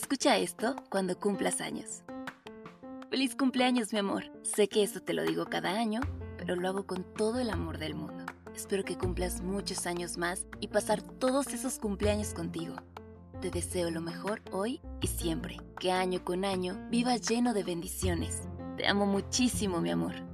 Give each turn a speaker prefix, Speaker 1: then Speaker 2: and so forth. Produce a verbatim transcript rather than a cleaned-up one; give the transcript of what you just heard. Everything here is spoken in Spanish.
Speaker 1: Escucha esto cuando cumplas años. ¡Feliz cumpleaños, mi amor! Sé que esto te lo digo cada año, pero lo hago con todo el amor del mundo. Espero que cumplas muchos años más y pasar todos esos cumpleaños contigo. Te deseo lo mejor hoy y siempre. Que año con año vivas lleno de bendiciones. Te amo muchísimo, mi amor.